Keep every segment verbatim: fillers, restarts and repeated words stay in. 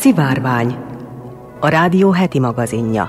Szivárvány, a rádió heti magazinja.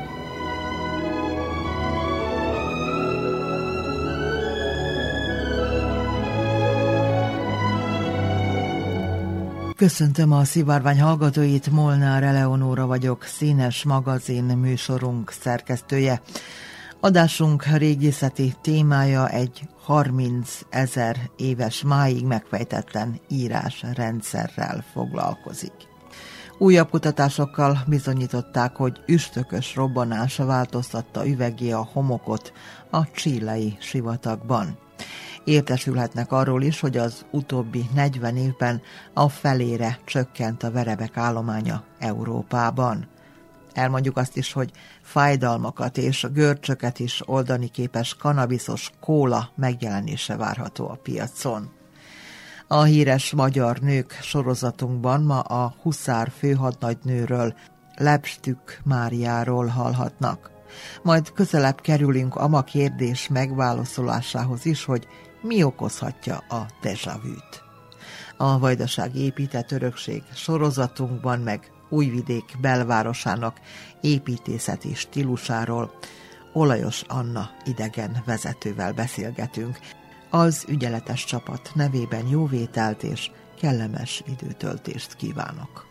Köszöntöm a Szivárvány hallgatóit, Molnár Eleonóra vagyok, színes magazin műsorunk szerkesztője. Adásunk régészeti témája egy harmincezer éves máig megfejtetlen írásrendszerrel foglalkozik. Újabb kutatásokkal bizonyították, hogy üstökös robbanása változtatta üveggé a homokot a chilei sivatagban. Értesülhetnek arról is, hogy az utóbbi negyven évben a felére csökkent a verebek állománya Európában. Elmondjuk azt is, hogy fájdalmakat és görcsöket is oldani képes kannabiszos kóla megjelenése várható a piacon. A híres magyar nők sorozatunkban ma a huszár főhadnagynőről, Lepstük Máriáról hallhatnak. Majd közelebb kerülünk a ma kérdés megválaszolásához is, hogy mi okozhatja a déjà vu-t. A Vajdasági épített örökség sorozatunkban meg Újvidék belvárosának építészeti stílusáról Olajos Anna idegen vezetővel beszélgetünk. Az ügyeletes csapat nevében jó vételt és kellemes időtöltést kívánok.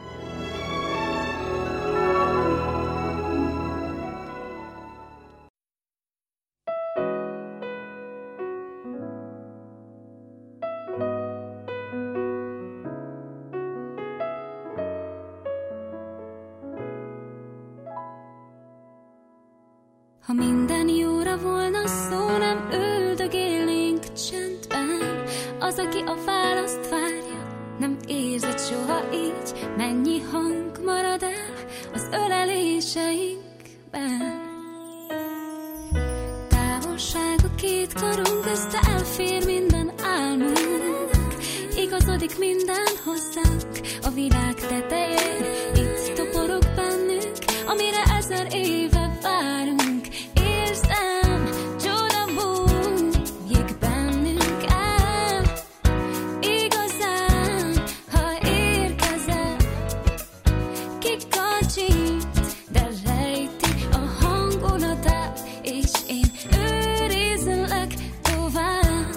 Ha minden jóra volna szó, nem üldögélnénk csendben. Az, aki a választ várja, nem érzed soha így. Mennyi hang marad el az öleléseinkben. Távolság a két karunk közt, elfér minden álmunk. Igazodik minden hozzánk a világ tetején. Itt toporog bennünk, amire ezer éve várunk. Érzem, csoda bújik bennünk el. Igazán, ha érkezel, kikacsint, de rejti a hangulatát, és én őriznlek tovább,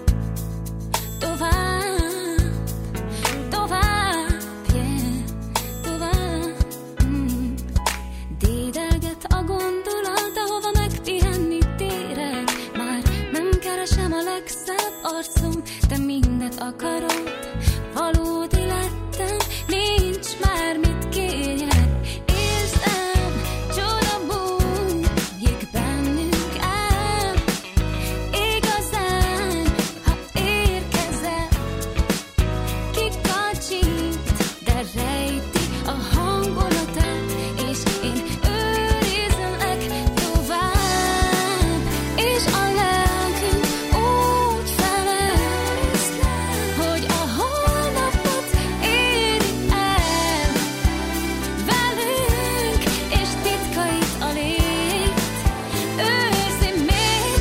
tovább, tovább, yeah, tovább. Mm. Dédelget a gondolat, ahova megpihenni térek. Már nem keresem a legszebb arcom, de mindet akarod. Valódi lettem, nincs már mit kérjek. Érzem, csoda bújik bennünk el. Igazán, ha érkezel, kikacsint, de rejti a hangulatát, és én őriznlek tovább. És a lelkünk úgy felez, hogy a holnapot éri el velünk, és titkait a lét őrzi még.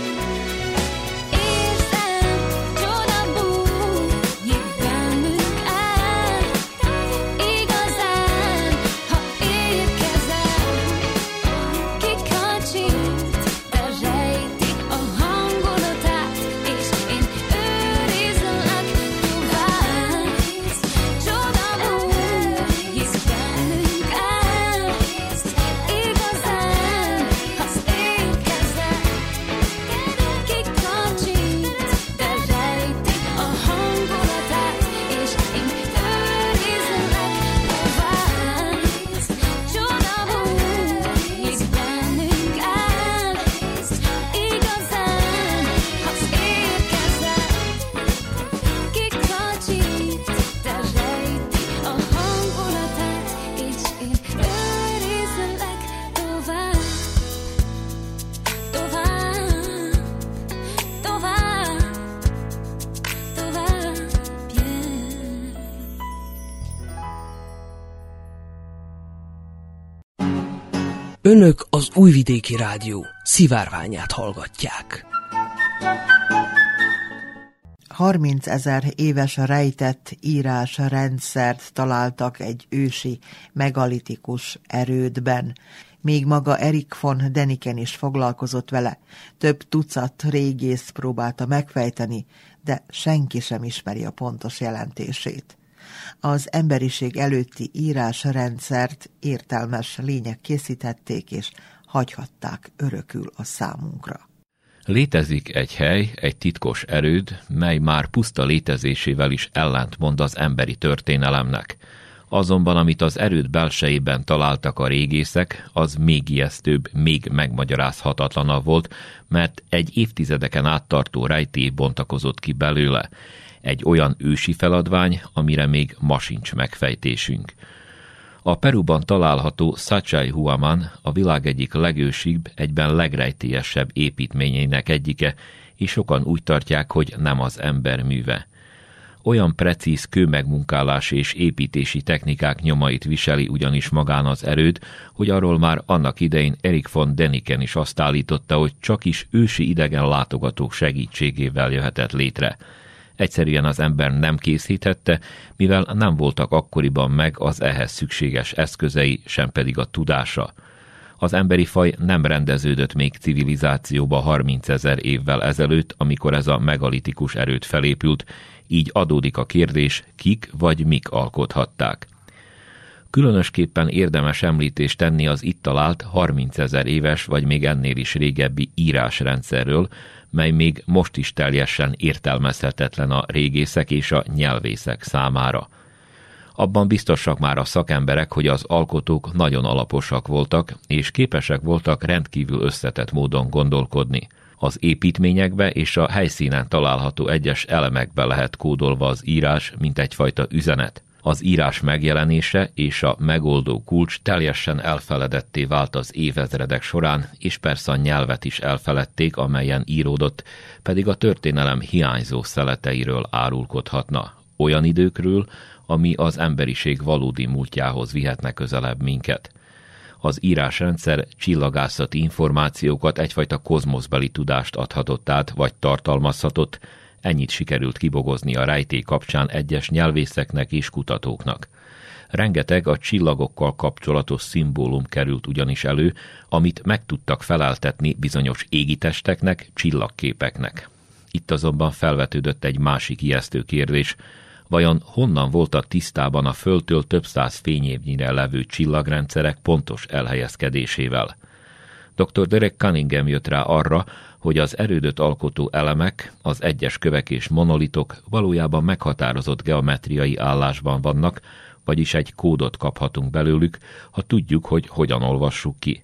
Érzem, csoda bújik bennünk el. Igazán, ha érkezel, kikacsint, de rejti a hangulatát, és én őriznlek tovább. Csoda bújik bennünk el. Igazán, ha érkezel, kikacsint, de rejti a hangulatát, és én őriznlek tovább. Csoda bújik bennünk el. Igazán, ha érkezel, kikacsint, de rejti a hangulatát, és én őriznlek tovább, tovább, tovább, tovább, yeah. Önök az Újvidéki Rádió szivárványát hallgatják. harmincezer éves rejtett írásrendszert találtak egy ősi megalitikus erődben. Még maga Erich von Däniken is foglalkozott vele. Több tucat régész próbálta megfejteni, de senki sem ismeri a pontos jelentését. Az emberiség előtti írásrendszert értelmes lények készítették, és hagyhatták örökül a számunkra. Létezik egy hely, egy titkos erőd, mely már puszta létezésével is ellentmond az emberi történelemnek. Azonban, amit az erőd belsejében találtak a régészek, az még ijesztőbb, még megmagyarázhatatlanabb volt, mert egy évtizedeken áttartó rejtély bontakozott ki belőle. Egy olyan ősi feladvány, amire még ma sincs megfejtésünk. A Peruban található Sacsayhuaman a világ egyik legősibb, egyben legrejtélyesebb építményeinek egyike, és sokan úgy tartják, hogy nem az ember műve. Olyan precíz kőmegmunkálás és építési technikák nyomait viseli ugyanis magán az erőd, hogy arról már annak idején Erich von Däniken is azt állította, hogy csak is ősi idegen látogatók segítségével jöhetett létre. Egyszerűen az ember nem készítette, mivel nem voltak akkoriban meg az ehhez szükséges eszközei, sem pedig a tudása. Az emberi faj nem rendeződött még civilizációba harmincezer évvel ezelőtt, amikor ez a megalitikus erőd felépült, így adódik a kérdés, kik vagy mik alkothatták. Különösképpen érdemes említést tenni az itt talált harmincezer éves vagy még ennél is régebbi írásrendszerről, mely még most is teljesen értelmezhetetlen a régészek és a nyelvészek számára. Abban biztosak már a szakemberek, hogy az alkotók nagyon alaposak voltak, és képesek voltak rendkívül összetett módon gondolkodni. Az építményekbe és a helyszínen található egyes elemekbe lehet kódolva az írás, mint egyfajta üzenet. Az írás megjelenése és a megoldó kulcs teljesen elfeledetté vált az évezredek során, és persze a nyelvet is elfeledték, amelyen íródott, pedig a történelem hiányzó szeleteiről árulkodhatna. Olyan időkről, ami az emberiség valódi múltjához vihetne közelebb minket. Az írásrendszer csillagászati információkat, egyfajta kozmoszbeli tudást adhatott át, vagy tartalmazhatott, ennyit sikerült kibogozni a rejtély kapcsán egyes nyelvészeknek és kutatóknak. Rengeteg a csillagokkal kapcsolatos szimbólum került ugyanis elő, amit meg tudtak feleltetni bizonyos égitesteknek, csillagképeknek. Itt azonban felvetődött egy másik ijesztő kérdés, vajon honnan voltak tisztában a Földtől több száz fényévnyire levő csillagrendszerek pontos elhelyezkedésével? doktor Derek Cunningham jött rá arra, hogy az erődöt alkotó elemek, az egyes kövek és monolitok valójában meghatározott geometriai állásban vannak, vagyis egy kódot kaphatunk belőlük, ha tudjuk, hogy hogyan olvassuk ki.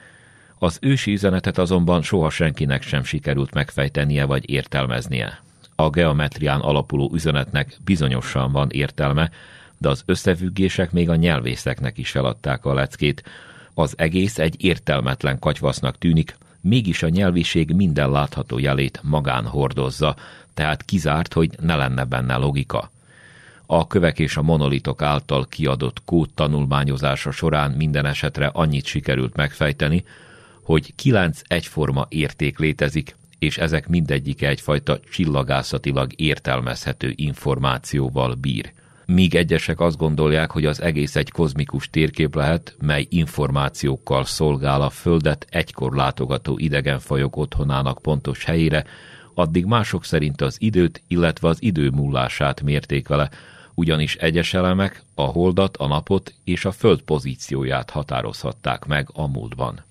Az ősi üzenetet azonban soha senkinek sem sikerült megfejtenie vagy értelmeznie. A geometrián alapuló üzenetnek bizonyosan van értelme, de az összefüggések még a nyelvészeknek is feladták a leckét. Az egész egy értelmetlen katyvasznak tűnik, mégis a nyelviség minden látható jelét magán hordozza, tehát kizárt, hogy ne lenne benne logika. A kövek és a monolitok által kiadott kód tanulmányozása során minden esetre annyit sikerült megfejteni, hogy kilenc egyforma érték létezik, és ezek mindegyike egyfajta csillagászatilag értelmezhető információval bír. Míg egyesek azt gondolják, hogy az egész egy kozmikus térkép lehet, mely információkkal szolgál a Földet egykor látogató idegenfajok otthonának pontos helyére, addig mások szerint az időt, illetve az idő múlását mérték vele, ugyanis egyes elemek a holdat, a napot és a Föld pozícióját határozhatták meg a múltban.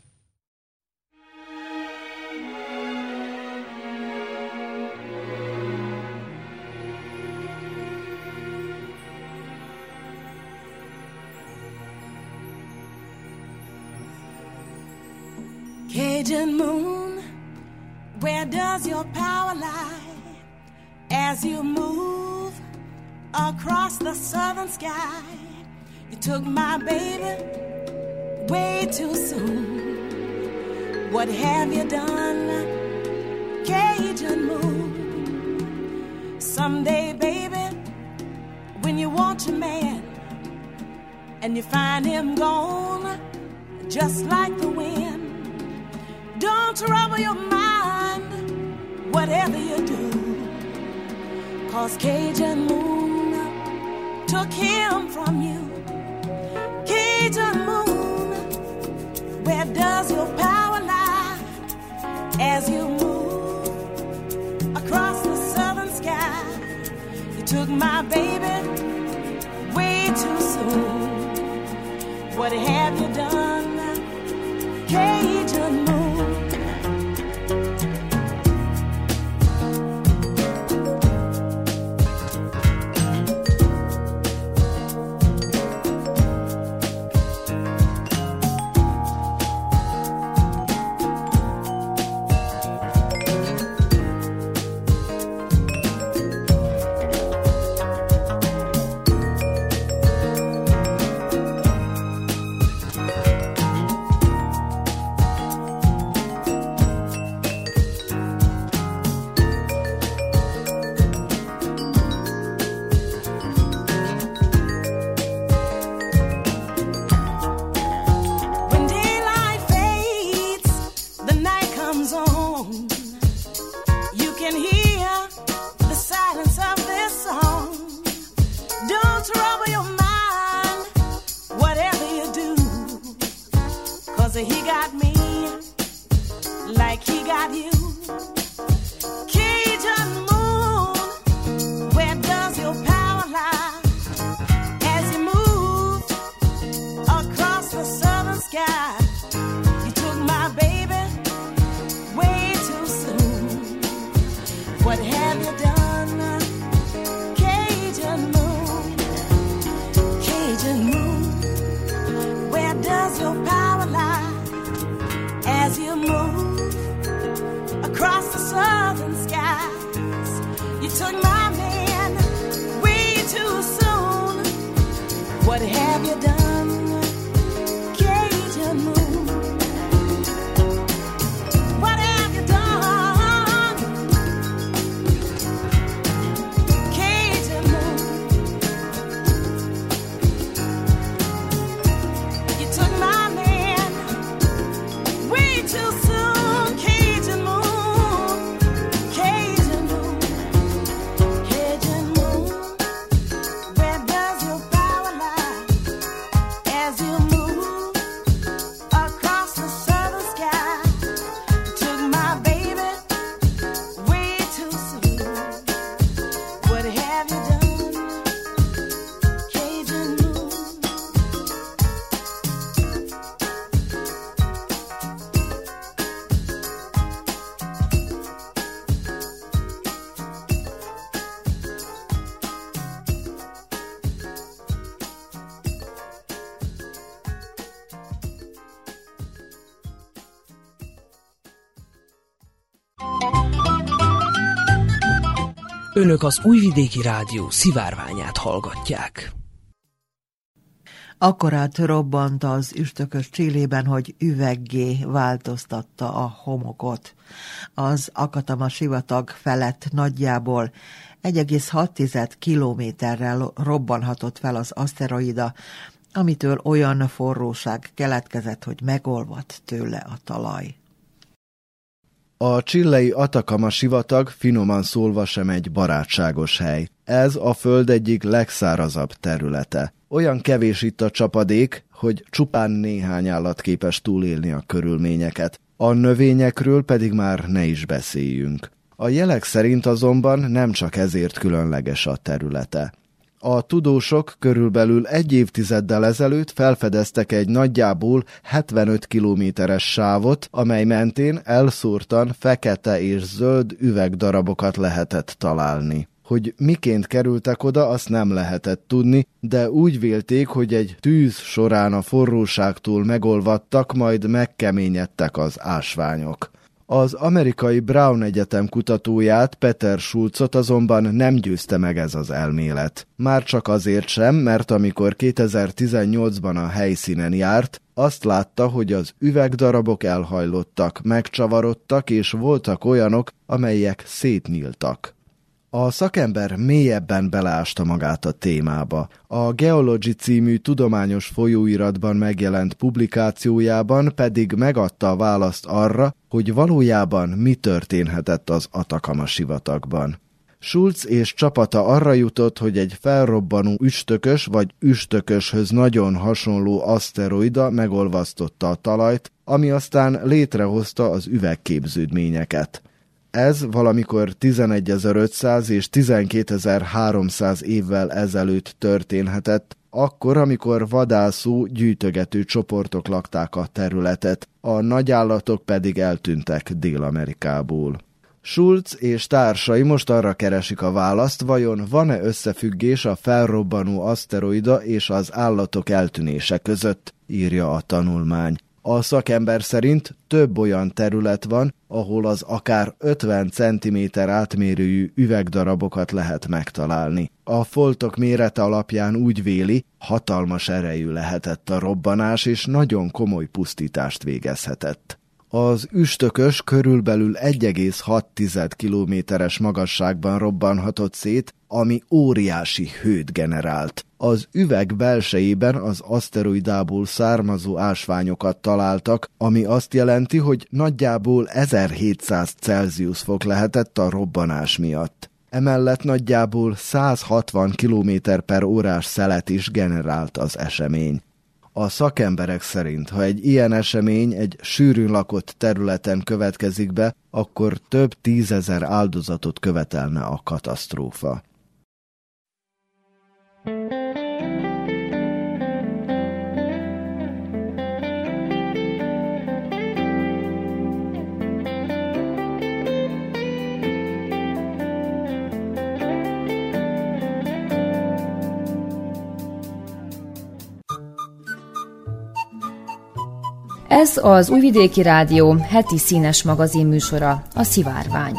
Cajun moon, where does your power lie as you move across the southern sky? You took my baby way too soon. What have you done, Cajun moon? Someday, baby, when you want your man and you find him gone, just like the wind, don't trouble your mind, whatever you do. 'cause Cajun moon took him from you. Cajun moon, where does your power lie as you move across the southern sky? You took my baby way too soon. What have you done, Cajun moon? He got me like he got you. Cajun moon, where does your power lie as you move across the southern sky? You took my baby way too soon. What have you done, Cajun moon? Cajun moon, where does your power lie as you move across the southern skies? You took my man way too soon. What have you done, Cajun moon? What have you done, Cajun moon? You took my man way too soon, Cajun moon, Cajun moon, Cajun moon. Where does your power lie as you move across the southern sky? You took my baby way too soon. What have you done, Cajun moon? Önök az Újvidéki Rádió szivárványát hallgatják. Akkorát robbant az üstökös Chilében, hogy üveggé változtatta a homokot. Az Acatama sivatag felett nagyjából egy egész hat kilométerrel robbanhatott fel az aszteroida, amitől olyan forróság keletkezett, hogy megolvadt tőle a talaj. A chilei Atacama sivatag finoman szólva sem egy barátságos hely. Ez a föld egyik legszárazabb területe. Olyan kevés itt a csapadék, hogy csupán néhány állat képes túlélni a körülményeket. A növényekről pedig már ne is beszéljünk. A jelek szerint azonban nem csak ezért különleges a területe. A tudósok körülbelül egy évtizeddel ezelőtt felfedeztek egy nagyjából hetvenöt kilométeres sávot, amely mentén elszórtan fekete és zöld üvegdarabokat lehetett találni. Hogy miként kerültek oda, azt nem lehetett tudni, de úgy vélték, hogy egy tűz során a forróságtól megolvadtak, majd megkeményedtek az ásványok. Az amerikai Brown Egyetem kutatóját, Peter Schulzot azonban nem győzte meg ez az elmélet. Már csak azért sem, mert amikor kétezer-tizennyolcban a helyszínen járt, azt látta, hogy az üvegdarabok elhajlottak, megcsavarodtak, és voltak olyanok, amelyek szétnyíltak. A szakember mélyebben beleásta magát a témába. A Geology című tudományos folyóiratban megjelent publikációjában pedig megadta a választ arra, hogy valójában mi történhetett az Atacama sivatagban. Schulz és csapata arra jutott, hogy egy felrobbanó üstökös vagy üstököshöz nagyon hasonló aszteroida megolvasztotta a talajt, ami aztán létrehozta az üvegképződményeket. Ez valamikor tizenegyezer-ötszáz és tizenkétezer-háromszáz évvel ezelőtt történhetett, akkor, amikor vadászó, gyűjtögető csoportok lakták a területet, a nagyállatok pedig eltűntek Dél-Amerikából. Schulz és társai most arra keresik a választ, vajon van-e összefüggés a felrobbanó aszteroida és az állatok eltűnése között, írja a tanulmány. A szakember szerint több olyan terület van, ahol az akár ötven centiméter átmérőjű üvegdarabokat lehet megtalálni. A foltok mérete alapján úgy véli, hatalmas erejű lehetett a robbanás, és nagyon komoly pusztítást végezhetett. Az üstökös körülbelül egy egész hat kilométeres magasságban robbanhatott szét, ami óriási hőt generált. Az üveg belsejében az aszteroidából származó ásványokat találtak, ami azt jelenti, hogy nagyjából ezerhétszáz Celsius fok lehetett a robbanás miatt. Emellett nagyjából száz hatvan kilométer per órás szelet is generált az esemény. A szakemberek szerint, ha egy ilyen esemény egy sűrűn lakott területen következik be, akkor több tízezer áldozatot követelne a katasztrófa. Ez az Újvidéki Rádió heti színes magazin műsora, a Szivárvány.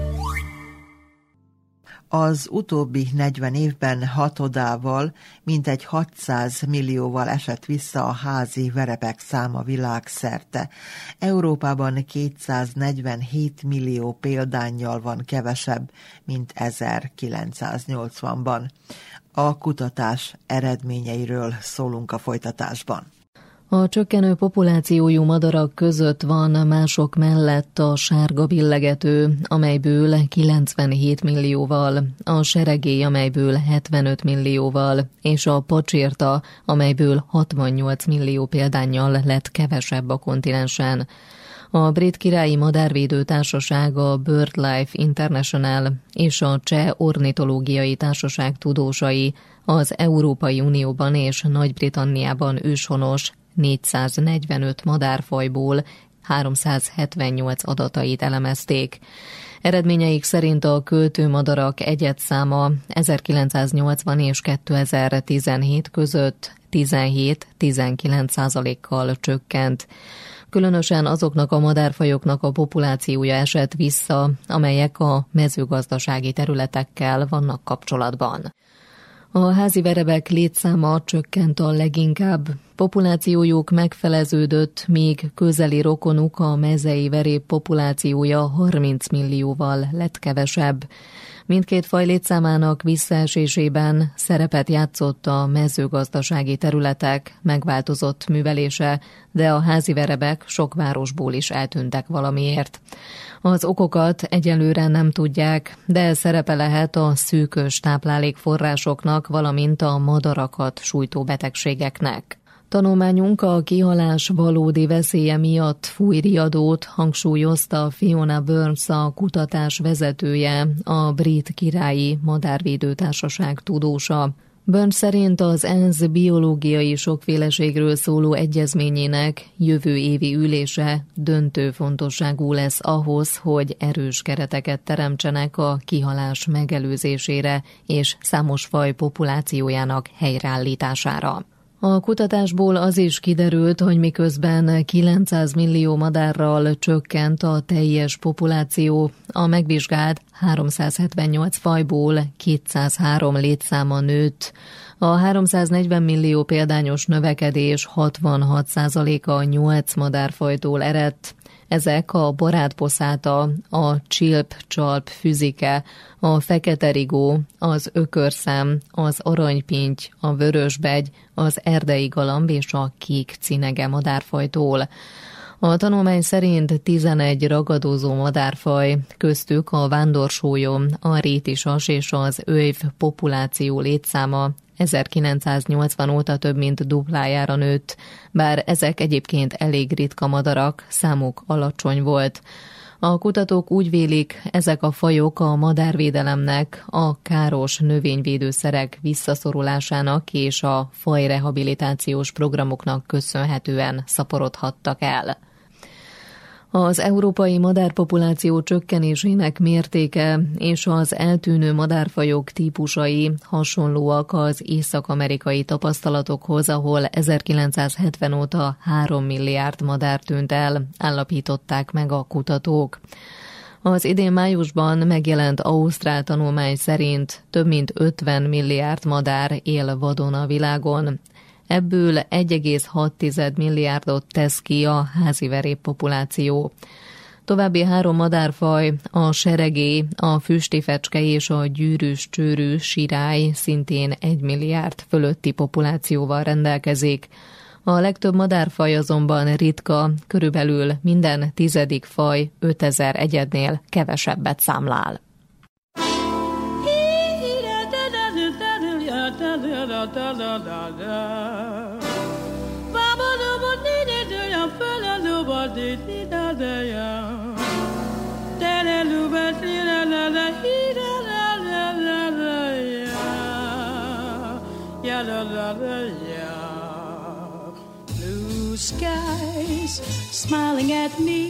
Az utóbbi negyven évben hatodával, mintegy hatszáz millióval esett vissza a házi verebek száma világszerte. Európában kétszáznegyvenhét millió példánnyal van kevesebb, mint ezerkilencszáznyolcvanban. A kutatás eredményeiről szólunk a folytatásban. A csökkenő populációjú madarak között van mások mellett a sárga billegető, amelyből kilencvenhét millióval, a seregély, amelyből hetvenöt millióval, és a pacsirta, amelyből hatvannyolc millió példánnyal lett kevesebb a kontinensen. A Brit Királyi Madárvédő Társaság, a BirdLife International és a Cseh Ornitológiai Társaság tudósai az Európai Unióban és Nagy-Britanniában őshonos négyszáznegyvenöt madárfajból háromszázhetvennyolc adatait elemezték. Eredményeik szerint a költőmadarak egyedszáma ezerkilencszáznyolcvan és kétezer-tizenhét között tizenhét-tizenkilenc százalékkal csökkent. Különösen azoknak a madárfajoknak a populációja esett vissza, amelyek a mezőgazdasági területekkel vannak kapcsolatban. A házi verebek létszáma csökkent a leginkább. Populációjuk megfeleződött, míg közeli rokonuk, a mezei veréb populációja harminc millióval lett kevesebb. Mindkét faj létszámának visszaesésében szerepet játszott a mezőgazdasági területek megváltozott művelése, de a házi verebek sok városból is eltűntek valamiért. Az okokat egyelőre nem tudják, de szerepe lehet a szűkös táplálékforrásoknak, valamint a madarakat sújtó betegségeknek. Tanulmányunk a kihalás valódi veszélye miatt fúj riadót, hangsúlyozta Fiona Burns, a kutatás vezetője, a Brit Királyi Madárvédő Társaság tudósa. Burns szerint az ENSZ biológiai sokféleségről szóló egyezményének jövő évi ülése döntő fontosságú lesz ahhoz, hogy erős kereteket teremtsenek a kihalás megelőzésére és számos faj populációjának helyreállítására. A kutatásból az is kiderült, hogy miközben kilencszáz millió madárral csökkent a teljes populáció, a megvizsgált háromszázhetvennyolc fajból kétszázhárom létszáma nőtt. A háromszáznegyven millió példányos növekedés hatvanhat százaléka a nyolc madárfajtól eredt. Ezek a barátposzáta, a csilp-csalp füzike, a fekete rigó, az ökörszem, az aranypinty, a vörösbegy, az erdei galamb és a kék cinege madárfajtól. A tanulmány szerint tizenegy ragadozó madárfaj, köztük a vándorsólyom, a rétisas és az őjv populáció létszáma ezerkilencszáznyolcvan óta több mint duplájára nőtt, bár ezek egyébként elég ritka madarak, számuk alacsony volt. A kutatók úgy vélik, ezek a fajok a madárvédelemnek, a káros növényvédőszerek visszaszorulásának és a fajrehabilitációs programoknak köszönhetően szaporodhattak el. Az európai madárpopuláció csökkenésének mértéke és az eltűnő madárfajok típusai hasonlóak az észak-amerikai tapasztalatokhoz, ahol ezerkilencszázhetven óta három milliárd madár tűnt el, állapították meg a kutatók. Az idén májusban megjelent ausztrál tanulmány szerint több mint ötven milliárd madár él vadon a világon. Ebből egy egész hat milliárdot tesz ki a házi verép populáció. További három madárfaj, a seregély, a füstifecske és a gyűrűs csőrű sirály szintén egy milliárd fölötti populációval rendelkezik. A legtöbb madárfaj azonban ritka, körülbelül minden tizedik faj ötezer egyednél kevesebbet számlál. Blue skies smiling at me,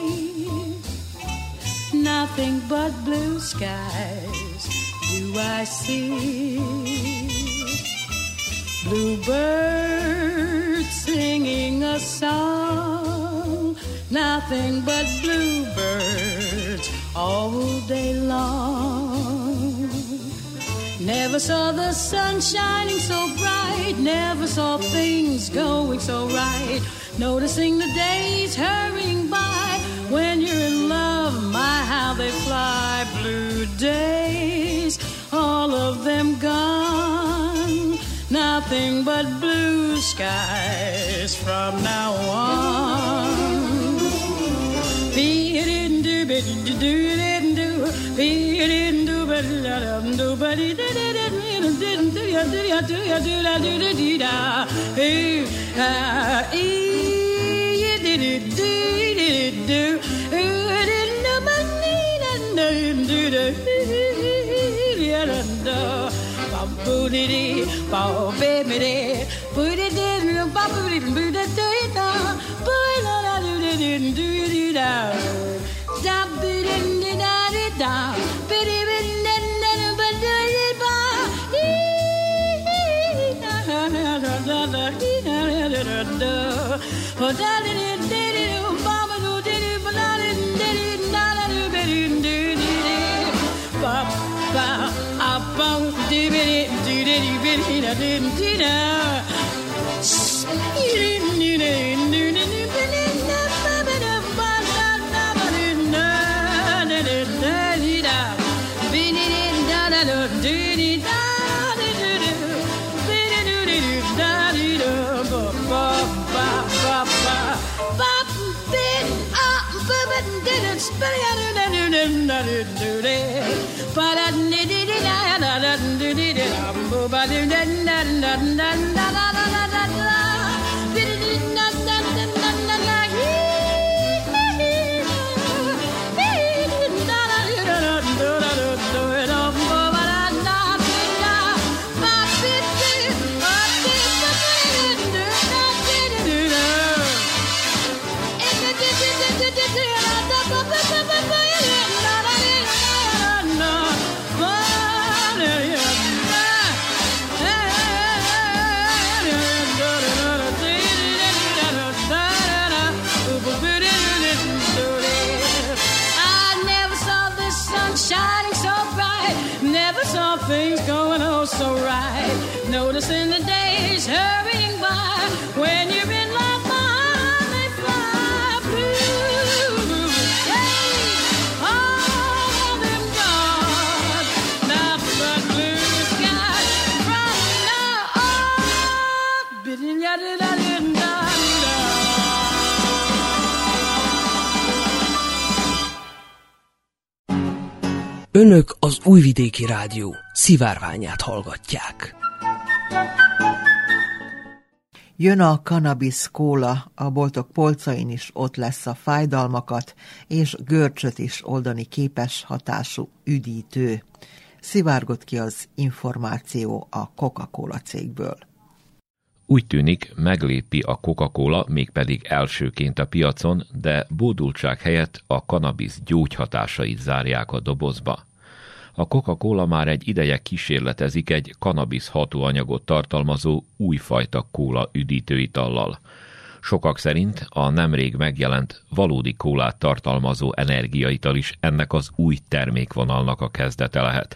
nothing but blue skies do I see. Bluebirds singing a song, nothing but bluebirds all day long. Never saw the sun shining so bright, never saw things going so right. Noticing the days hurrying by, when you're in love, my how they fly. Blue days, all of them gone, nothing but blue skies from now on. Booty, bow, baby, put it in, pop it in, put it down, put it on, do it in, do it down, stop it in, da da da, put it in, da da da, but do it by, da da da da da da da da, oh da da da da da, mama do da da, but da da da da da da, but do do do, pop pop, up on do it. Önök az Újvidéki Rádió szivárványát hallgatják. Jön a Cannabis Kóla, a boltok polcain is ott lesz a fájdalmakat, és görcsöt is oldani képes hatású üdítő. Szivárgott ki az információ a Coca-Cola cégből. Úgy tűnik, meglépi a Coca-Cola, mégpedig elsőként a piacon, de bódultság helyett a kannabisz gyógyhatásait zárják a dobozba. A Coca-Cola már egy ideje kísérletezik egy kannabisz hatóanyagot tartalmazó újfajta kóla üdítőitallal. Sokak szerint a nemrég megjelent valódi kólát tartalmazó energiaital is ennek az új termékvonalnak a kezdete lehet.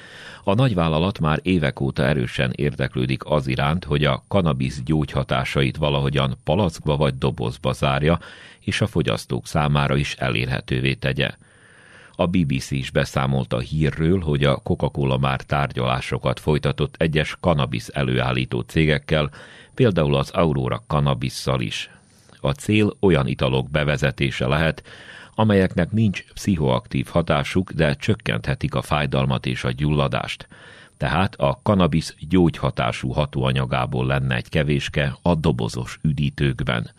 A nagyvállalat már évek óta erősen érdeklődik az iránt, hogy a kannabisz gyógyhatásait valahogyan palackba vagy dobozba zárja, és a fogyasztók számára is elérhetővé tegye. A bé bé cé is beszámolt a hírről, hogy a Coca-Cola már tárgyalásokat folytatott egyes kannabisz előállító cégekkel, például az Aurora Cannabisszal is. A cél olyan italok bevezetése lehet, amelyeknek nincs pszichoaktív hatásuk, de csökkenthetik a fájdalmat és a gyulladást. Tehát a kannabisz gyógyhatású hatóanyagából lenne egy kevéske a dobozos üdítőkben.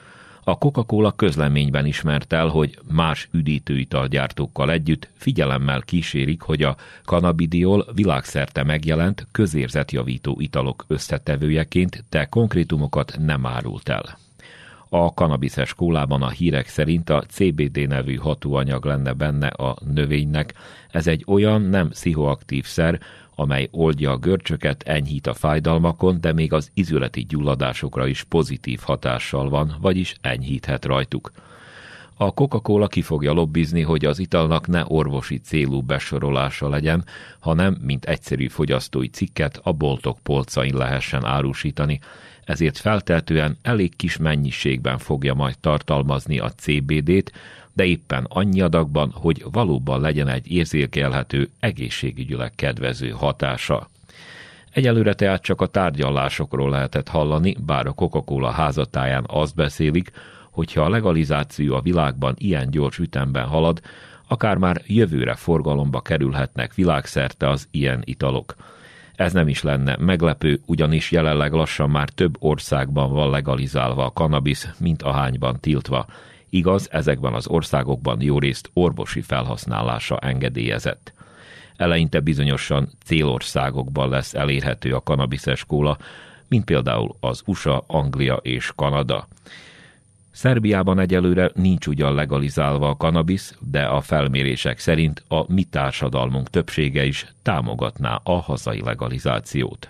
A Coca-Cola közleményben ismert el, hogy más üdítőitalgyártókkal együtt figyelemmel kísérik, hogy a cannabidiol világszerte megjelent közérzetjavító italok összetevőjeként, de konkrétumokat nem árult el. A kannabiszes kólában a hírek szerint a cé bé dé nevű hatóanyag lenne benne a növénynek. Ez egy olyan nem pszichoaktív szer, amely oldja a görcsöket, enyhít a fájdalmakon, de még az izületi gyulladásokra is pozitív hatással van, vagyis enyhíthet rajtuk. A Coca-Cola ki fogja lobbizni, hogy az italnak ne orvosi célú besorolása legyen, hanem mint egyszerű fogyasztói cikket a boltok polcain lehessen árusítani, ezért feltehetően elég kis mennyiségben fogja majd tartalmazni a cé bé dét, de éppen annyi adagban, hogy valóban legyen egy érzékelhető, egészségügyileg kedvező hatása. Egyelőre tehát csak a tárgyalásokról lehetett hallani, bár a Coca-Cola házatáján azt beszélik, hogyha a legalizáció a világban ilyen gyors ütemben halad, akár már jövőre forgalomba kerülhetnek világszerte az ilyen italok. Ez nem is lenne meglepő, ugyanis jelenleg lassan már több országban van legalizálva a kannabisz, mint ahányban tiltva. Igaz, ezekben az országokban jórészt orvosi felhasználása engedélyezett. Eleinte bizonyosan célországokban lesz elérhető a kannabiszes kóla, mint például az u es á, Anglia és Kanada. Szerbiában egyelőre nincs ugyan legalizálva a kannabisz, de a felmérések szerint a mi társadalmunk többsége is támogatná a hazai legalizációt.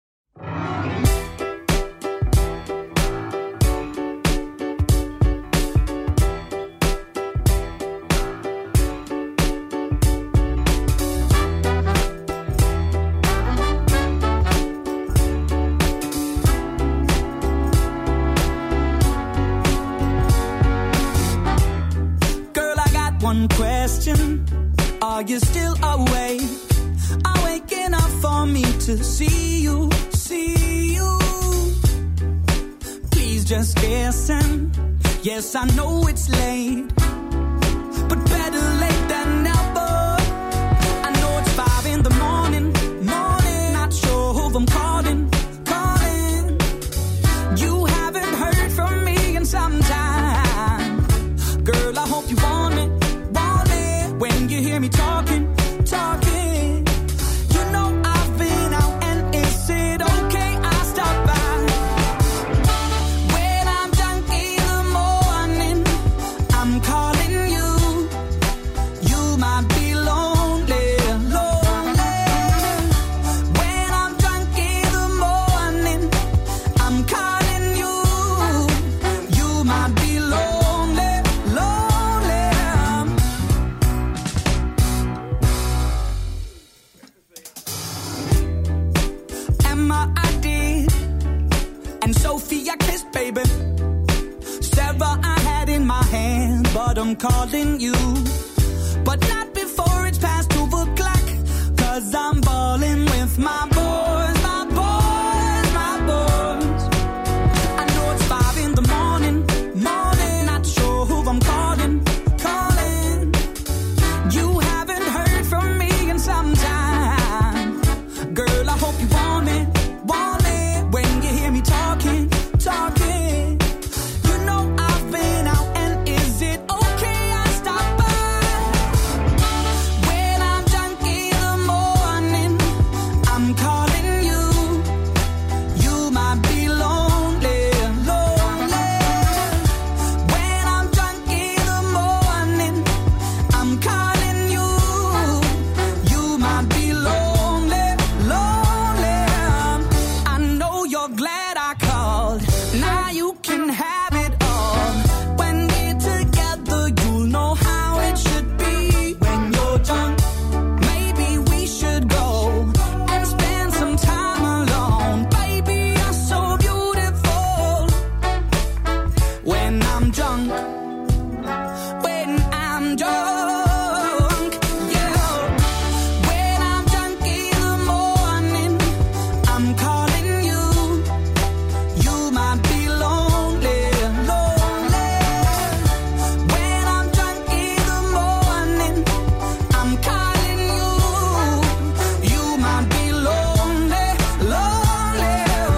One question, are you still awake? I'm waking up for me to see you, see you. Please just listen, yes I know it's late, but better late than never. I know it's five in the morning, morning, not sure who I'm calling, calling. You haven't heard from me in some time, girl I hope you want it. When you hear me talking, talking, you know I've been out and is it okay I stop by? When I'm drunk in the morning, I'm calling you. You might be lonely, lonely. When I'm drunk in the morning, I'm calling you. You might be lonely, lonely. I did, and Sophie I kissed, baby. Sarah I had in my hand, but I'm calling you. But not before it's past two o'clock, cause I'm balling with my boys, my boys, my boys. I know it's five in the morning, morning, not sure who I'm calling, calling. You haven't heard from me when I'm drunk, when I'm drunk, yeah. When I'm drunk in the morning, I'm calling you. You might be lonely, lonely. When I'm drunk in the morning, I'm calling you. You might be lonely, lonely.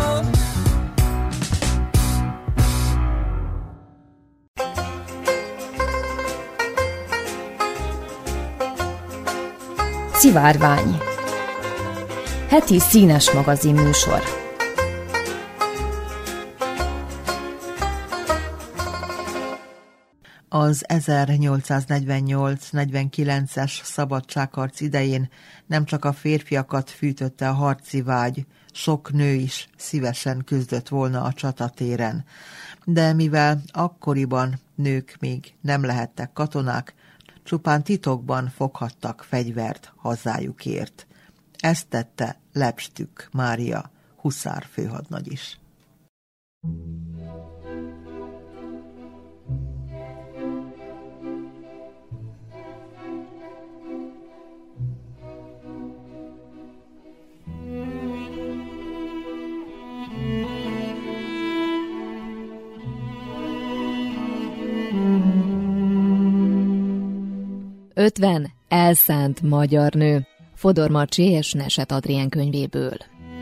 Szivárvány. Heti színes magazin műsor. Az ezernyolcszáznegyvennyolc negyvenkilences szabadságharc idején nem csak a férfiakat fűtötte a harci vágy, sok nő is szívesen küzdött volna a csatatéren. De mivel akkoriban nők még nem lehettek katonák, csupán titokban foghattak fegyvert hazájukért. Ezt tette Lepstük Mária, huszár főhadnagy is. ötven elszánt magyar nő. Fodor Marcsi és Neset Adrien könyvéből.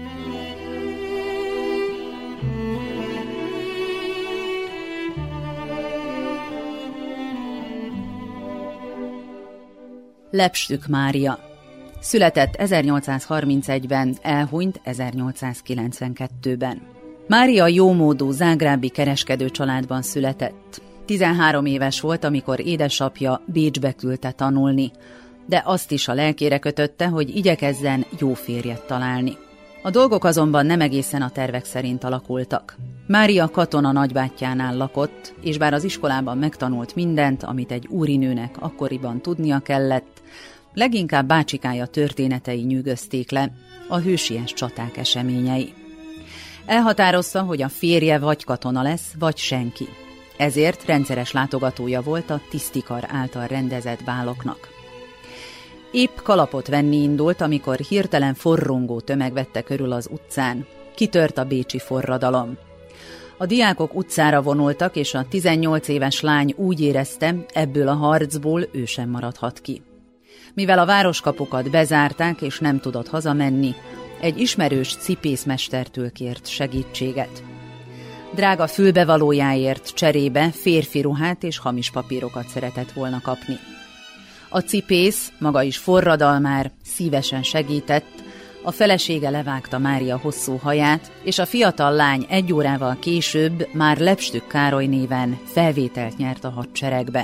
Lepstük Mária. Született ezernyolcszázharmincegyben, elhunyt ezernyolcszázkilencvenkettőben. Mária jómódú zágrábi kereskedő családban született. tizenhárom éves volt, amikor édesapja Bécsbe küldte tanulni, de azt is a lelkére kötötte, hogy igyekezzen jó férjet találni. A dolgok azonban nem egészen a tervek szerint alakultak. Mária katona nagybátyjánál lakott, és bár az iskolában megtanult mindent, amit egy úrinőnek akkoriban tudnia kellett, leginkább bácsikája történetei nyűgözték le, a hősies csaták eseményei. Elhatározta, hogy a férje vagy katona lesz, vagy senki. Ezért rendszeres látogatója volt a tisztikar által rendezett báloknak. Épp kalapot venni indult, amikor hirtelen forrongó tömeg vette körül az utcán. Kitört a bécsi forradalom. A diákok utcára vonultak, és a tizennyolc éves lány úgy érezte, ebből a harcból ő sem maradhat ki. Mivel a városkapukat bezárták, és nem tudott hazamenni, egy ismerős cipészmestertől kért segítséget. Drága fülbevalójáért cserébe férfi ruhát és hamis papírokat szeretett volna kapni. A cipész, maga is forradalmár, szívesen segített, a felesége levágta Mária hosszú haját, és a fiatal lány egy órával később már Lepstük Károly néven felvételt nyert a hadseregbe.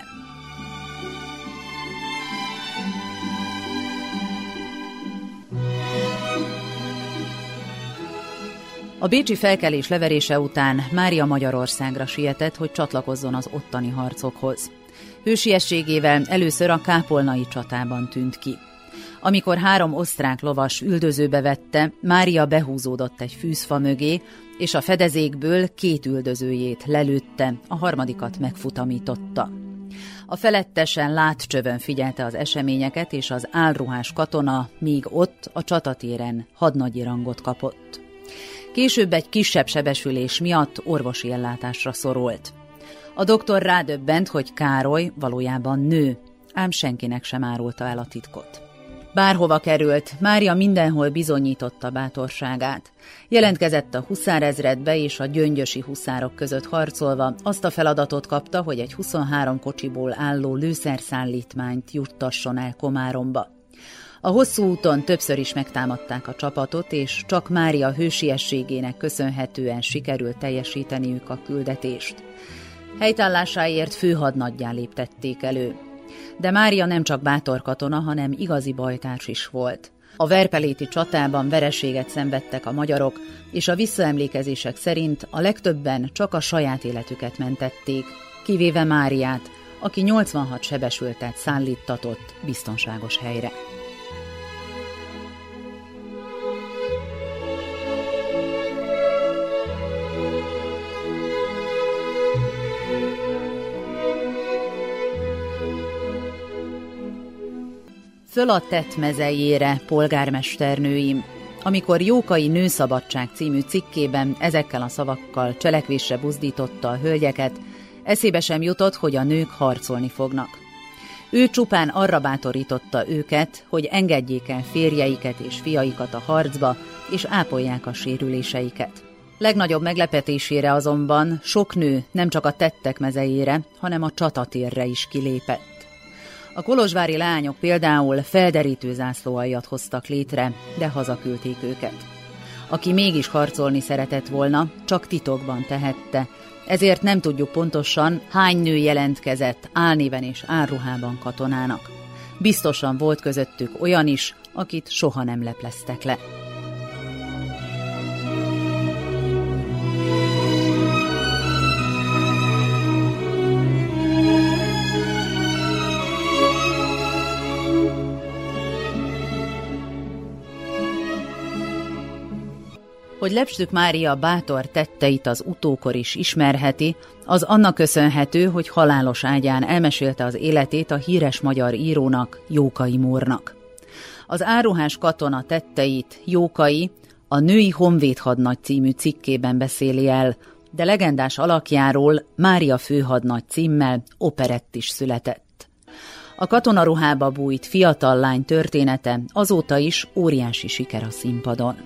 A bécsi felkelés leverése után Mária Magyarországra sietett, hogy csatlakozzon az ottani harcokhoz. Hősiességével először a kápolnai csatában tűnt ki. Amikor három osztrák lovas üldözőbe vette, Mária behúzódott egy fűzfa mögé, és a fedezékből két üldözőjét lelőtte, a harmadikat megfutamította. A felettesen látcsövön figyelte az eseményeket, és az álruhás katona még ott a csatatéren hadnagyi rangot kapott. Később egy kisebb sebesülés miatt orvosi ellátásra szorult. A doktor rádöbbent, hogy Károly valójában nő, ám senkinek sem árulta el a titkot. Bárhova került, Mária mindenhol bizonyította bátorságát. Jelentkezett a huszárezredbe, és a gyöngyösi huszárok között harcolva azt a feladatot kapta, hogy egy huszonhárom kocsiból álló lőszerszállítmányt juttasson el Komáromba. A hosszú úton többször is megtámadták a csapatot, és csak Mária hősiességének köszönhetően sikerült teljesíteniük a küldetést. Helytállásáért főhadnaggyá léptették elő. De Mária nem csak bátor katona, hanem igazi bajtárs is volt. A verpeléti csatában vereséget szenvedtek a magyarok, és a visszaemlékezések szerint a legtöbben csak a saját életüket mentették, kivéve Máriát, aki nyolcvanhat sebesültet szállíttatott biztonságos helyre. Föl a tett mezejére, polgármesternőim. Amikor Jókai Nőszabadság című cikkében ezekkel a szavakkal cselekvésre buzdította a hölgyeket, eszébe sem jutott, hogy a nők harcolni fognak. Ő csupán arra bátorította őket, hogy engedjék el férjeiket és fiaikat a harcba, és ápolják a sérüléseiket. Legnagyobb meglepetésére azonban sok nő nem csak a tettek mezejére, hanem a csatatérre is kilépett. A kolozsvári lányok például felderítő zászlóaljat hoztak létre, de hazaküldték őket. Aki mégis harcolni szeretett volna, csak titokban tehette, ezért nem tudjuk pontosan, hány nő jelentkezett álnéven és álruhában katonának. Biztosan volt közöttük olyan is, akit soha nem lepleztek le. Hogy Lepstük Mária bátor tetteit az utókor is ismerheti, az annak köszönhető, hogy halálos ágyán elmesélte az életét a híres magyar írónak, Jókai Mórnak. Az áruhás katona tetteit Jókai a Női Honvéd Hadnagy című cikkében beszéli el, de legendás alakjáról Mária főhadnagy címmel operett is született. A katonaruhába bújt fiatal lány története azóta is óriási siker a színpadon.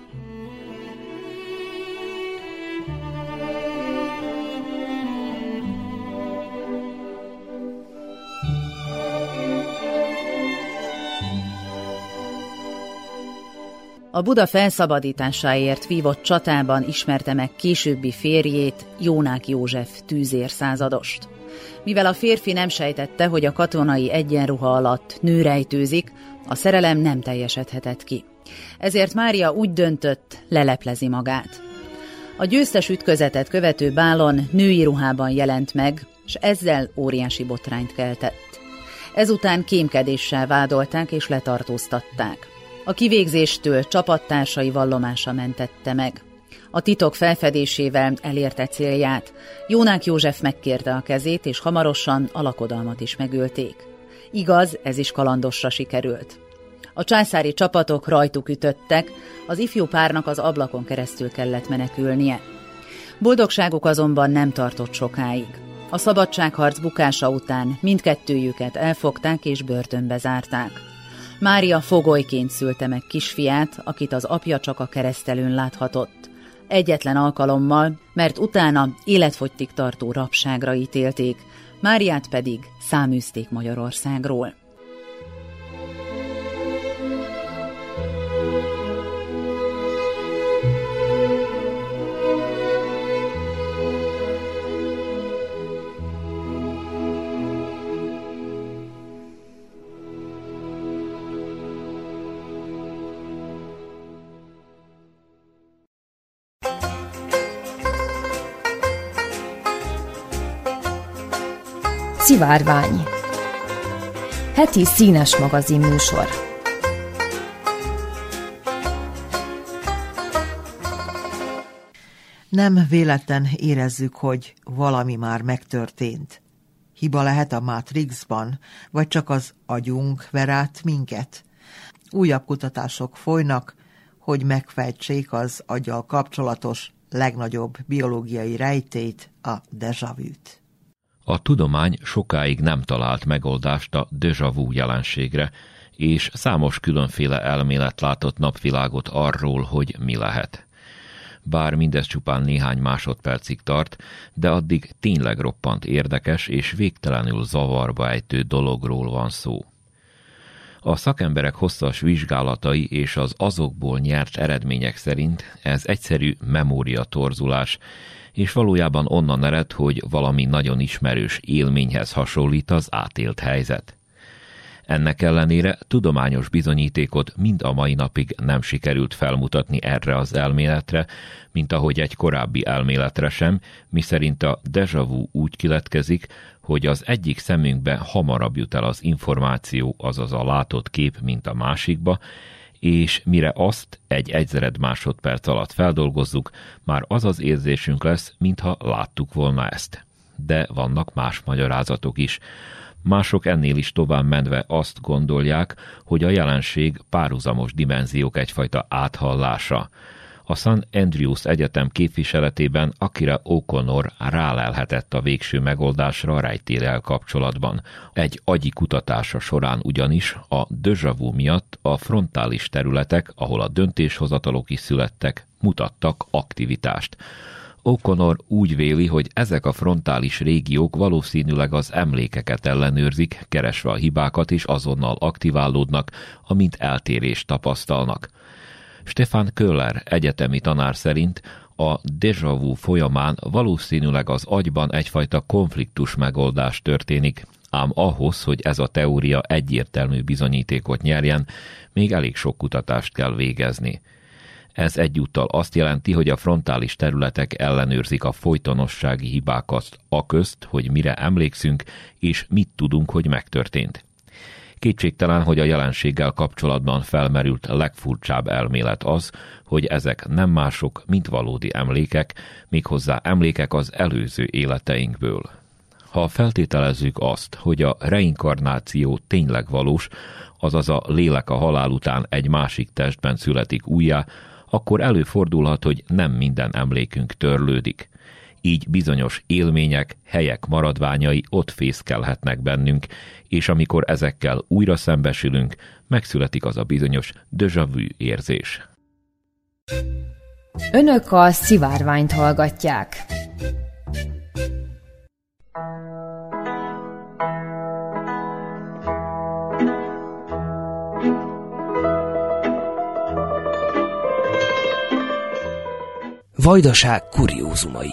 A Buda felszabadításáért vívott csatában ismerte meg későbbi férjét, Jónák József tűzérszázadost. Mivel a férfi nem sejtette, hogy a katonai egyenruha alatt nő rejtőzik, a szerelem nem teljesedhetett ki. Ezért Mária úgy döntött, leleplezi magát. A győztes ütközetet követő bálon női ruhában jelent meg, s ezzel óriási botrányt keltett. Ezután kémkedéssel vádolták és letartóztatták. A kivégzéstől csapattársai vallomása mentette meg. A titok felfedésével elérte célját. Jónák József megkérte a kezét, és hamarosan a lakodalmat is megölték. Igaz, ez is kalandosra sikerült. A császári csapatok rajtuk ütöttek, az ifjú párnak az ablakon keresztül kellett menekülnie. Boldogságuk azonban nem tartott sokáig. A szabadságharc bukása után mindkettőjüket elfogták és börtönbe zárták. Mária fogolyként szülte meg kisfiát, akit az apja csak a keresztelőn láthatott. Egyetlen alkalommal, mert utána életfogytig tartó rabságra ítélték, Máriát pedig száműzték Magyarországról. Szivárvány. Heti színes magazin műsor. Nem véletlen érezzük, hogy valami már megtörtént. Hiba lehet a Matrixban, vagy csak az agyunk ver át minket? Újabb kutatások folynak, hogy megfejtsék az aggyal kapcsolatos legnagyobb biológiai rejtélyt, a déjà vu-t. A tudomány sokáig nem talált megoldást a déjà vu jelenségre, és számos különféle elmélet látott napvilágot arról, hogy mi lehet. Bár mindez csupán néhány másodpercig tart, de addig tényleg roppant érdekes és végtelenül zavarba ejtő dologról van szó. A szakemberek hosszas vizsgálatai és az azokból nyert eredmények szerint ez egyszerű memóriatorzulás, és valójában onnan ered, hogy valami nagyon ismerős élményhez hasonlít az átélt helyzet. Ennek ellenére tudományos bizonyítékot mind a mai napig nem sikerült felmutatni erre az elméletre, mint ahogy egy korábbi elméletre sem, miszerint a déjà vu úgy keletkezik, hogy az egyik szemünkbe hamarabb jut el az információ, azaz a látott kép, mint a másikba, és mire azt egy egyszered másodperc alatt feldolgozzuk, már az az érzésünk lesz, mintha láttuk volna ezt. De vannak más magyarázatok is. Mások ennél is tovább menve azt gondolják, hogy a jelenség párhuzamos dimenziók egyfajta áthallása. A Saint Andrews Egyetem képviseletében Akira O'Connor rálelhetett a végső megoldásra a rejtéllyel kapcsolatban. Egy agyi kutatása során ugyanis a déjà vu miatt a frontális területek, ahol a döntéshozatalok is születtek, mutattak aktivitást. O'Connor úgy véli, hogy ezek a frontális régiók valószínűleg az emlékeket ellenőrzik, keresve a hibákat és azonnal aktiválódnak, amint eltérést tapasztalnak. Stefan Köhler egyetemi tanár szerint a déjà vu folyamán valószínűleg az agyban egyfajta konfliktus megoldás történik, ám ahhoz, hogy ez a teória egyértelmű bizonyítékot nyerjen, még elég sok kutatást kell végezni. Ez egyúttal azt jelenti, hogy a frontális területek ellenőrzik a folytonossági hibákat aközt, hogy mire emlékszünk, és mit tudunk, hogy megtörtént. Kétségtelen, hogy a jelenséggel kapcsolatban felmerült legfurcsább elmélet az, hogy ezek nem mások, mint valódi emlékek, méghozzá emlékek az előző életeinkből. Ha feltételezzük azt, hogy a reinkarnáció tényleg valós, azaz a lélek a halál után egy másik testben születik újjá, akkor előfordulhat, hogy nem minden emlékünk törlődik. Így bizonyos élmények, helyek maradványai ott fészkelhetnek bennünk, és amikor ezekkel újra szembesülünk, megszületik az a bizonyos déjà vu érzés. Önök a Szivárványt hallgatják. Vajdaság kuriózumai.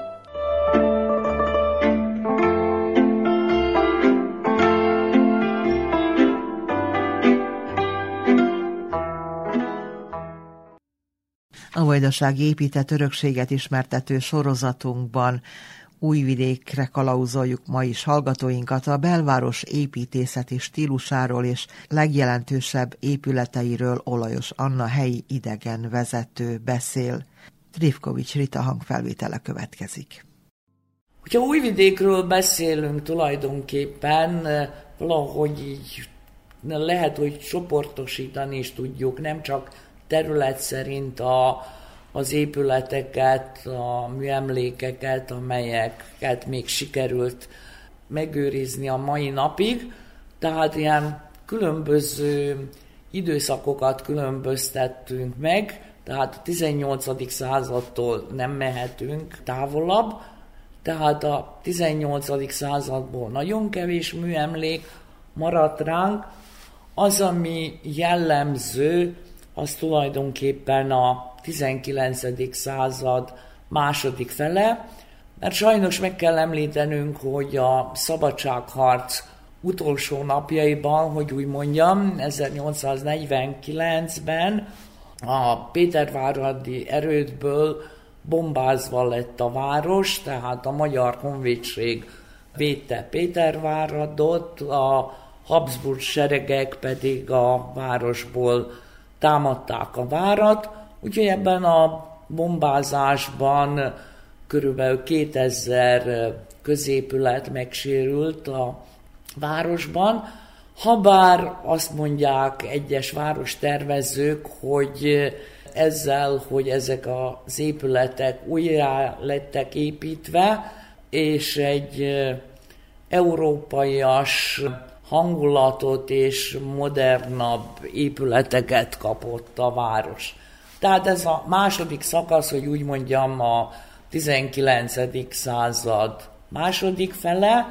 A Vajdasági épített örökséget ismertető sorozatunkban Újvidékre kalauzoljuk ma is hallgatóinkat, a belváros építészeti stílusáról és legjelentősebb épületeiről Olajos Anna helyi idegenvezető beszél. Trifkovics Rita hangfelvétele következik. Hogyha Újvidékről beszélünk tulajdonképpen, valahogy így lehet, hogy csoportosítani is tudjuk, nem csak terület szerint a, az épületeket, a műemlékeket, amelyeket még sikerült megőrizni a mai napig, tehát ilyen különböző időszakokat különböztettünk meg, tehát a tizennyolcadik századtól nem mehetünk távolabb, tehát a tizennyolcadik századból nagyon kevés műemlék maradt ránk. Az, ami jellemző, az tulajdonképpen a tizenkilencedik század második fele, mert sajnos meg kell említenünk, hogy a szabadságharc utolsó napjaiban, hogy úgy mondjam, ezernyolcszáznegyvenkilencben a péterváradi erődből bombázva lett a város, tehát a Magyar Honvédség védte Péterváradot, a Habsburg seregek pedig a városból támadták a várat, úgyhogy ebben a bombázásban körülbelül kétezer középület megsérült a városban, habár azt mondják egyes várostervezők, hogy ezzel, hogy ezek az épületek újra lettek építve, és egy európaias hangulatot és modernabb épületeket kapott a város. Tehát ez a második szakasz, hogy úgy mondjam, a tizenkilencedik század második fele,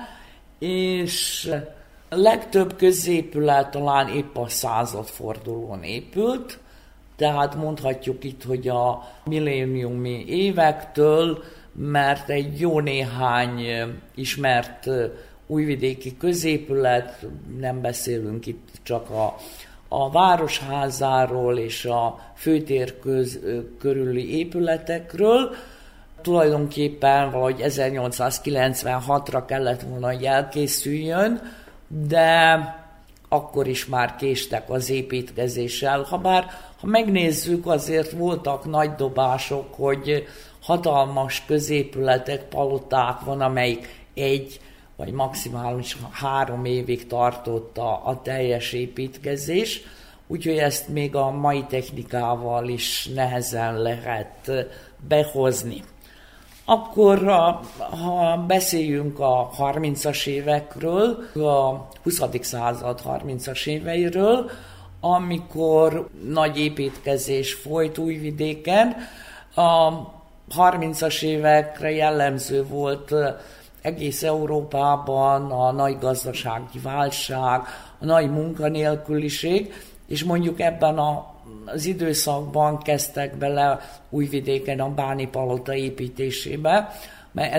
és a legtöbb középület talán épp a századfordulón épült, tehát mondhatjuk itt, hogy a milléniumi évektől, mert egy jó néhány ismert újvidéki középület, nem beszélünk itt csak a, a Városházáról és a főtér köz, körüli épületekről. Tulajdonképpen valahogy ezernyolcszázkilencvenhatra kellett volna, hogy elkészüljön, de akkor is már késtek az építkezéssel. Habár, ha megnézzük, azért voltak nagy dobások, hogy hatalmas középületek, paloták van, amelyik egy vagy maximális három évig tartott a, a teljes építkezés, úgyhogy ezt még a mai technikával is nehezen lehet behozni. Akkor, ha beszéljünk a harmincas évekről, a huszadik század harmincas éveiről, amikor nagy építkezés folyt Újvidéken, a harmincas évekre jellemző volt egész Európában a nagy gazdasági válság, a nagy munkanélküliség, és mondjuk ebben a, az időszakban kezdtek bele Újvidéken a Báni palota építésébe, mert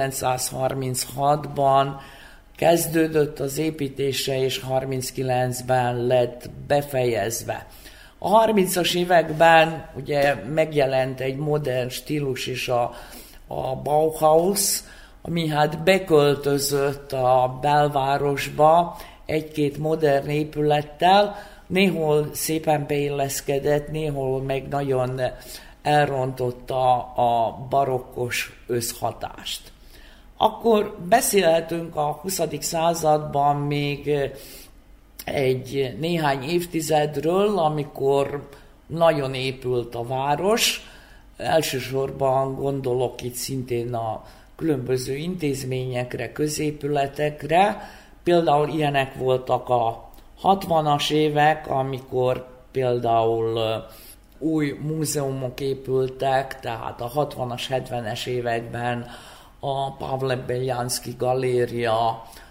ezerkilencszázharminchatban kezdődött az építése, és harminckilencben lett befejezve. A harmincas években ugye megjelent egy modern stílus is, a, a Bauhaus, ami hát beköltözött a belvárosba egy-két modern épülettel, néhol szépen beilleszkedett, néhol meg nagyon elrontotta a barokkos összhatást. Akkor beszélhetünk a huszadik században még egy néhány évtizedről, amikor nagyon épült a város. Elsősorban gondolok itt szintén a különböző intézményekre, középületekre. Például ilyenek voltak a hatvanas évek, amikor például új múzeumok épültek, tehát a hatvanas, hetvenes években a Pavle Beljanszky galéria,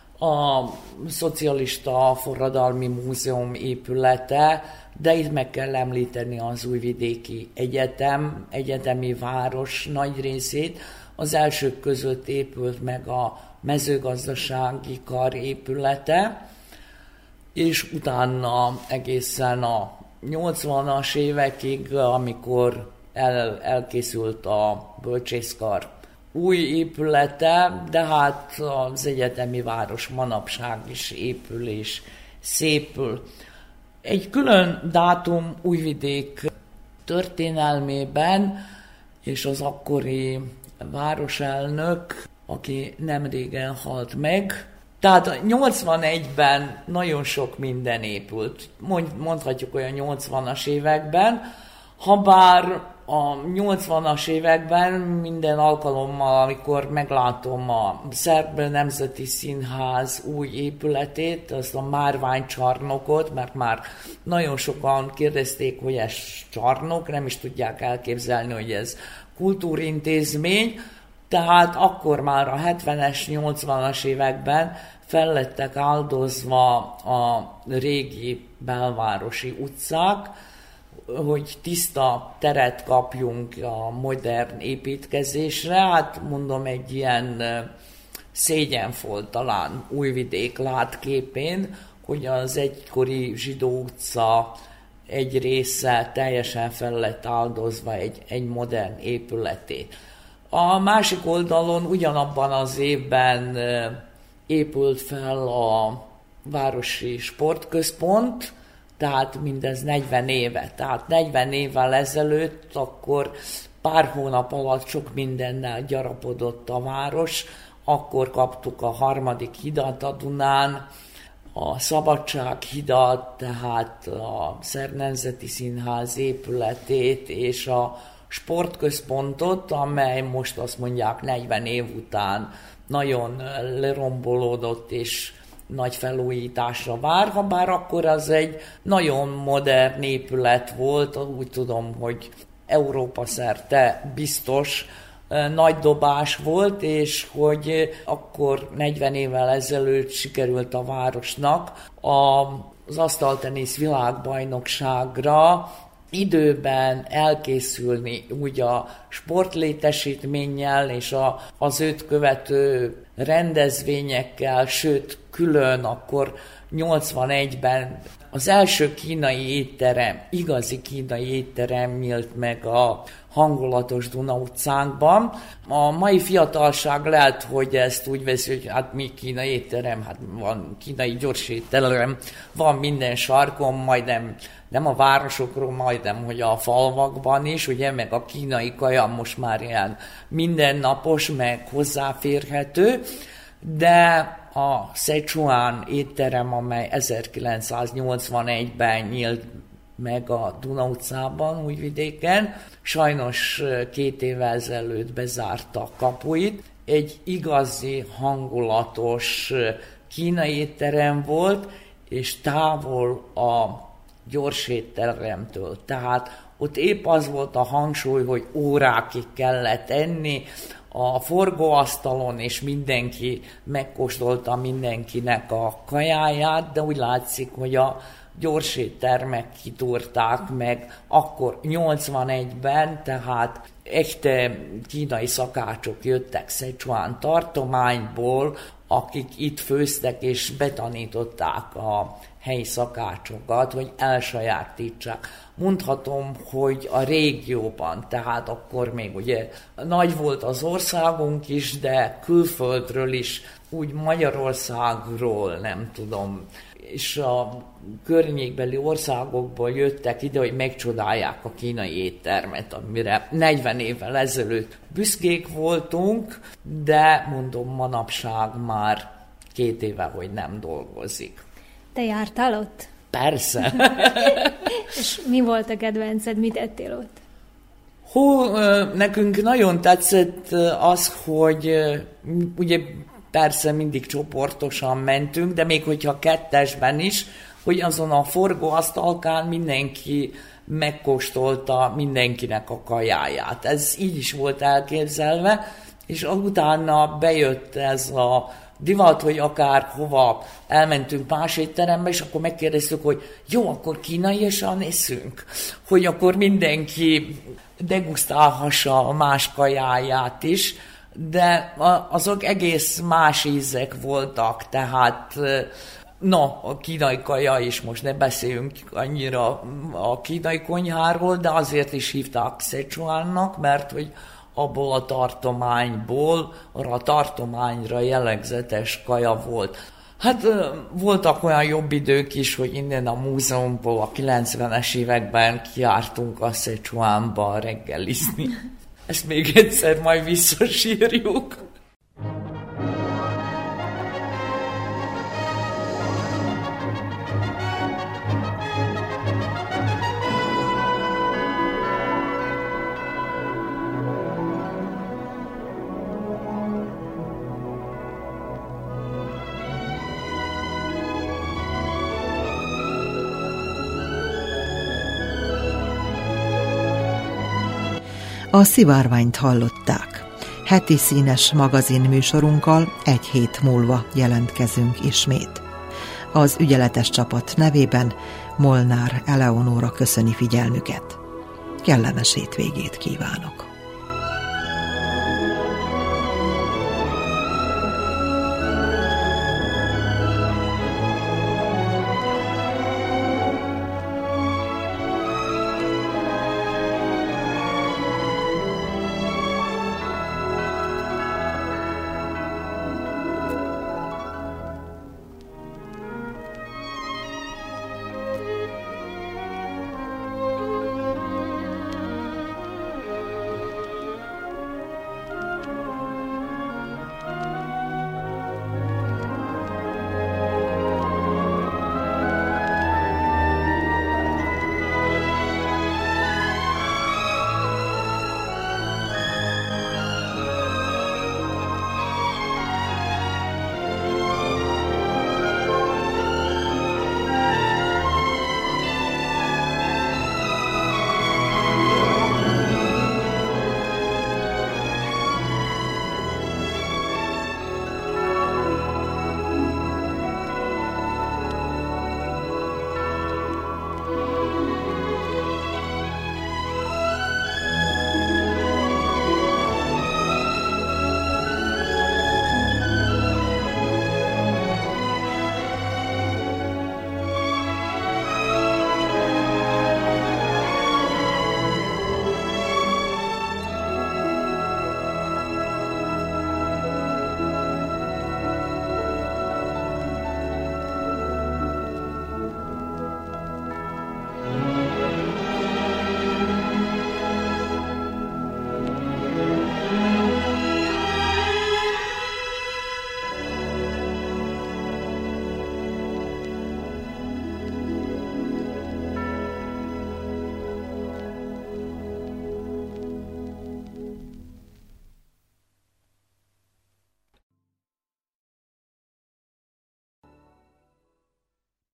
a Szocialista Forradalmi Múzeum épülete, de itt meg kell említeni az Újvidéki Egyetem, egyetemi város nagy részét. Az elsők között épült meg a mezőgazdasági kar épülete, és utána egészen a nyolcvanas évekig, amikor el, elkészült a bölcsészkar új épülete, de hát az egyetemi város manapság is épül és szépül. Egy külön dátum Újvidék történelmében, és az akkori városelnök, aki nemrégen halt meg. Tehát nyolcvanegyben nagyon sok minden épült, mondhatjuk olyan nyolcvanas években, habár a nyolcvanas években minden alkalommal, amikor meglátom a Szerb Nemzeti Színház új épületét, azt a márványcsarnokot, mert már nagyon sokan kérdezték, hogy ez csarnok, nem is tudják elképzelni, hogy ez kultúrintézmény, tehát akkor már a hetvenes, nyolcvanas években fel lettek áldozva a régi belvárosi utcák, hogy tiszta teret kapjunk a modern építkezésre. Hát mondom, egy ilyen szégyenfolt talán Újvidék látképén, hogy az egykori Zsidó utca egy része teljesen fel lett áldozva egy, egy modern épületét. A másik oldalon ugyanabban az évben épült fel a városi sportközpont, tehát mindez negyven éve. Tehát negyven évvel ezelőtt akkor pár hónap alatt sok mindennel gyarapodott a város, akkor kaptuk a harmadik hidat a Dunán, a Szabadsághidat, tehát a Szerb Nemzeti Színház épületét és a sportközpontot, amely most azt mondják negyven év után nagyon lerombolódott és nagy felújításra vár, ha bár akkor az egy nagyon modern épület volt, úgy tudom, hogy Európa szerte biztos nagy dobás volt, és hogy akkor negyven évvel ezelőtt sikerült a városnak az asztaltenisz világbajnokságra időben elkészülni úgy a sportlétesítménnyel és a, az őt követő rendezvényekkel, sőt külön akkor nyolcvanegyben az első kínai étterem, igazi kínai étterem nyílt meg a hangulatos Duna utcánkban. A mai fiatalság lehet, hogy ezt úgy veszi, hogy hát mi kínai étterem, hát van kínai gyorsétterem, van minden sarkon, majdnem nem a városokról, majdnem, hogy a falvakban is, ugye, meg a kínai kaja most már ilyen mindennapos, meg hozzáférhető, de a Szechuan étterem, amely ezerkilencszáznyolcvanegyben nyílt meg a Duna utcában, Újvidéken, sajnos két évvel ezelőtt bezárta a kapuit. Egy igazi, hangulatos kínai étterem volt, és távol a gyorsétteremtől. Tehát ott épp az volt a hangsúly, hogy órákig kellett enni a forgóasztalon, és mindenki megkóstolta mindenkinek a kajáját, de úgy látszik, hogy a gyorséttermek kitúrták meg akkor nyolcvanegyben, tehát echte kínai szakácsok jöttek Szechuan tartományból, akik itt főztek és betanították a helyi szakácsokat, hogy elsajátítsák. Mondhatom, hogy a régióban, tehát akkor még ugye nagy volt az országunk is, de külföldről is, úgy Magyarországról, nem tudom, és a környékbeli országokból jöttek ide, hogy megcsodálják a kínai éttermet, amire negyven évvel ezelőtt büszkék voltunk, de mondom, manapság már két éve, hogy nem dolgozik. Te jártál ott? Persze. És mi volt a kedvenced, mit ettél ott? Hú, nekünk nagyon tetszett az, hogy ugye persze mindig csoportosan mentünk, de még hogyha kettesben is, hogy azon a forgóasztalkán mindenki megkóstolta mindenkinek a kajáját. Ez így is volt elképzelve, és utána bejött ez a divat, hogy akár hova elmentünk más étterembe, és akkor megkérdeztük, hogy jó, akkor kínaiasan eszünk, hogy akkor mindenki degustálhassa a más kajáját is, de azok egész más ízek voltak, tehát no, a kínai kaja is, most ne beszéljünk annyira a kínai konyháról, de azért is hívták Szechuannak, mert hogy abból a tartományból, arra a tartományra jellegzetes kaja volt. Hát voltak olyan jobb idők is, hogy innen a múzeumból a kilencvenes években kijártunk a Szechuanba reggelizni. Ezt még egyszer majd visszasírjuk. A Szivárványt hallották. Heti színes magazin műsorunkkal egy hét múlva jelentkezünk ismét. Az ügyeletes csapat nevében Molnár Eleonóra köszöni figyelmüket. Kellemes hétvégét kívánok!